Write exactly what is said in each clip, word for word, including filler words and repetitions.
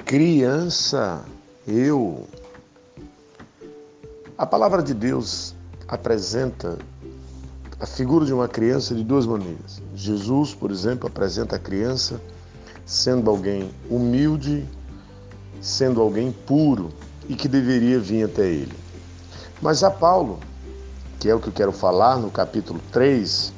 Criança, eu. A palavra de Deus apresenta a figura de uma criança de duas maneiras. Jesus, por exemplo, apresenta a criança sendo alguém humilde, sendo alguém puro e que deveria vir até ele. Mas a Paulo, que é o que eu quero falar no capítulo três,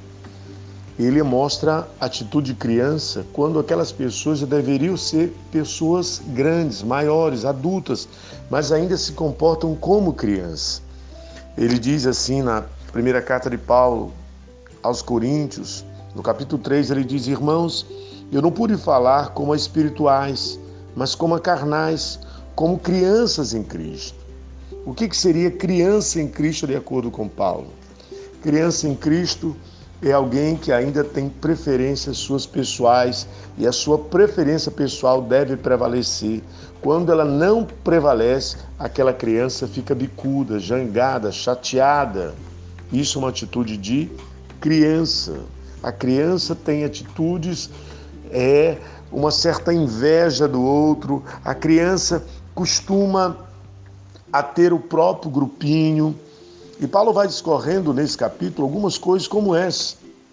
ele mostra a atitude de criança quando aquelas pessoas já deveriam ser pessoas grandes, maiores, adultas, mas ainda se comportam como criança. Ele diz assim na primeira carta de Paulo aos Coríntios, no capítulo três, ele diz: irmãos, eu não pude falar como a espirituais, mas como a carnais, como crianças em Cristo. O que, que seria criança em Cristo de acordo com Paulo? Criança em Cristo é alguém que ainda tem preferências suas pessoais e a sua preferência pessoal deve prevalecer. Quando ela não prevalece, aquela criança fica bicuda, jangada, chateada. Isso é uma atitude de criança. A criança tem atitudes, é uma certa inveja do outro. A criança costuma a ter o próprio grupinho. E Paulo vai discorrendo nesse capítulo algumas coisas como essa.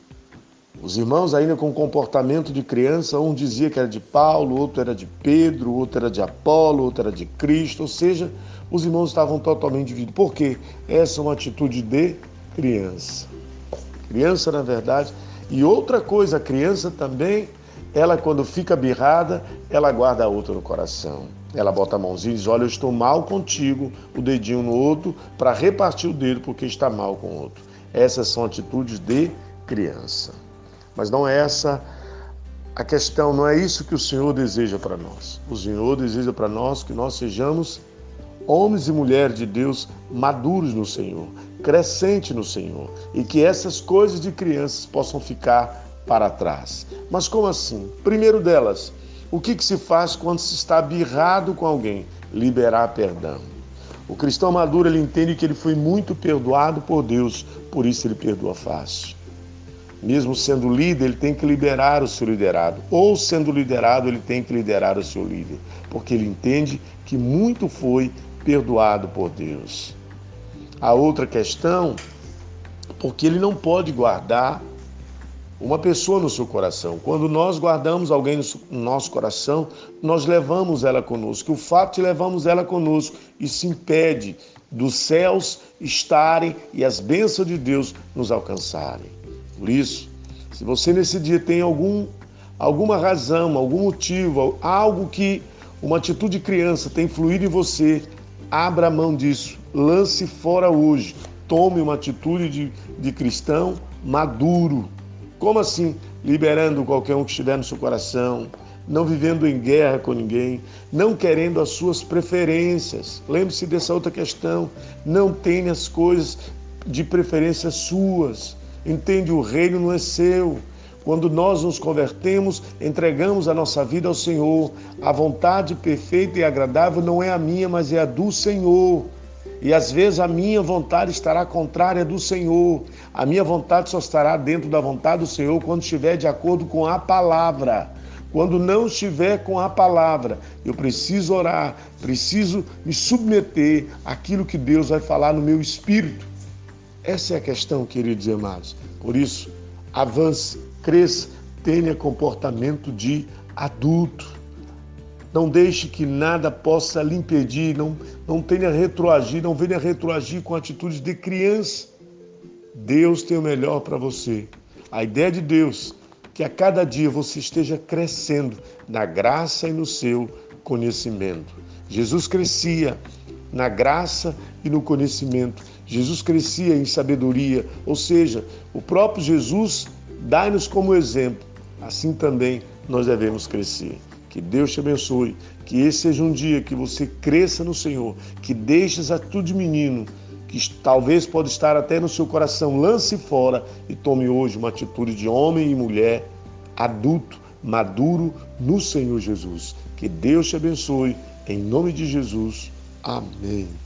Os irmãos ainda com comportamento de criança, um dizia que era de Paulo, outro era de Pedro, outro era de Apolo, outro era de Cristo, ou seja, os irmãos estavam totalmente divididos. Por quê? Essa é uma atitude de criança. Criança, na verdade. E outra coisa, a criança também, ela quando fica birrada, ela guarda a outra no coração. Ela bota a mãozinha e diz: olha, eu estou mal contigo, o dedinho no outro, para repartir o dedo porque está mal com o outro. Essas são atitudes de criança. Mas não é essa a questão, não é isso que o Senhor deseja para nós. O Senhor deseja para nós que nós sejamos homens e mulheres de Deus maduros no Senhor, crescentes no Senhor, e que essas coisas de crianças possam ficar para trás. Mas como assim? Primeiro delas, o que, que se faz quando se está birrado com alguém? Liberar perdão. O cristão maduro, ele entende que ele foi muito perdoado por Deus, por isso ele perdoa fácil. Mesmo sendo líder, ele tem que liberar o seu liderado. Ou sendo liderado, ele tem que liderar o seu líder. Porque ele entende que muito foi perdoado por Deus. A outra questão, porque ele não pode guardar uma pessoa no seu coração. Quando nós guardamos alguém no nosso coração, nós levamos ela conosco. O fato de levarmos ela conosco, isso impede dos céus estarem e as bênçãos de Deus nos alcançarem. Por isso, se você nesse dia tem algum, alguma razão, algum motivo, algo que uma atitude de criança tem fluído em você, abra a mão disso, lance fora hoje. Tome uma atitude de, de cristão maduro. Como assim? Liberando qualquer um que estiver no seu coração, não vivendo em guerra com ninguém, não querendo as suas preferências. Lembre-se dessa outra questão. Não tenha as coisas de preferência suas. Entende? O reino não é seu. Quando nós nos convertemos, entregamos a nossa vida ao Senhor. A vontade perfeita e agradável não é a minha, mas é a do Senhor. E às vezes a minha vontade estará contrária do Senhor. A minha vontade só estará dentro da vontade do Senhor quando estiver de acordo com a palavra. Quando não estiver com a palavra, eu preciso orar, preciso me submeter àquilo que Deus vai falar no meu espírito. Essa é a questão, queridos e amados. Por isso, avance, cresça, tenha comportamento de adulto. Não deixe que nada possa lhe impedir, não, não tenha retroagir, não venha retroagir com atitudes de criança. Deus tem o melhor para você. A ideia de Deus é que a cada dia você esteja crescendo na graça e no seu conhecimento. Jesus crescia na graça e no conhecimento. Jesus crescia em sabedoria, ou seja, o próprio Jesus dá-nos como exemplo. Assim também nós devemos crescer. Que Deus te abençoe, que esse seja um dia que você cresça no Senhor, que deixe essa atitude de menino, que talvez pode estar até no seu coração, lance fora e tome hoje uma atitude de homem e mulher adulto, maduro no Senhor Jesus. Que Deus te abençoe, em nome de Jesus. Amém.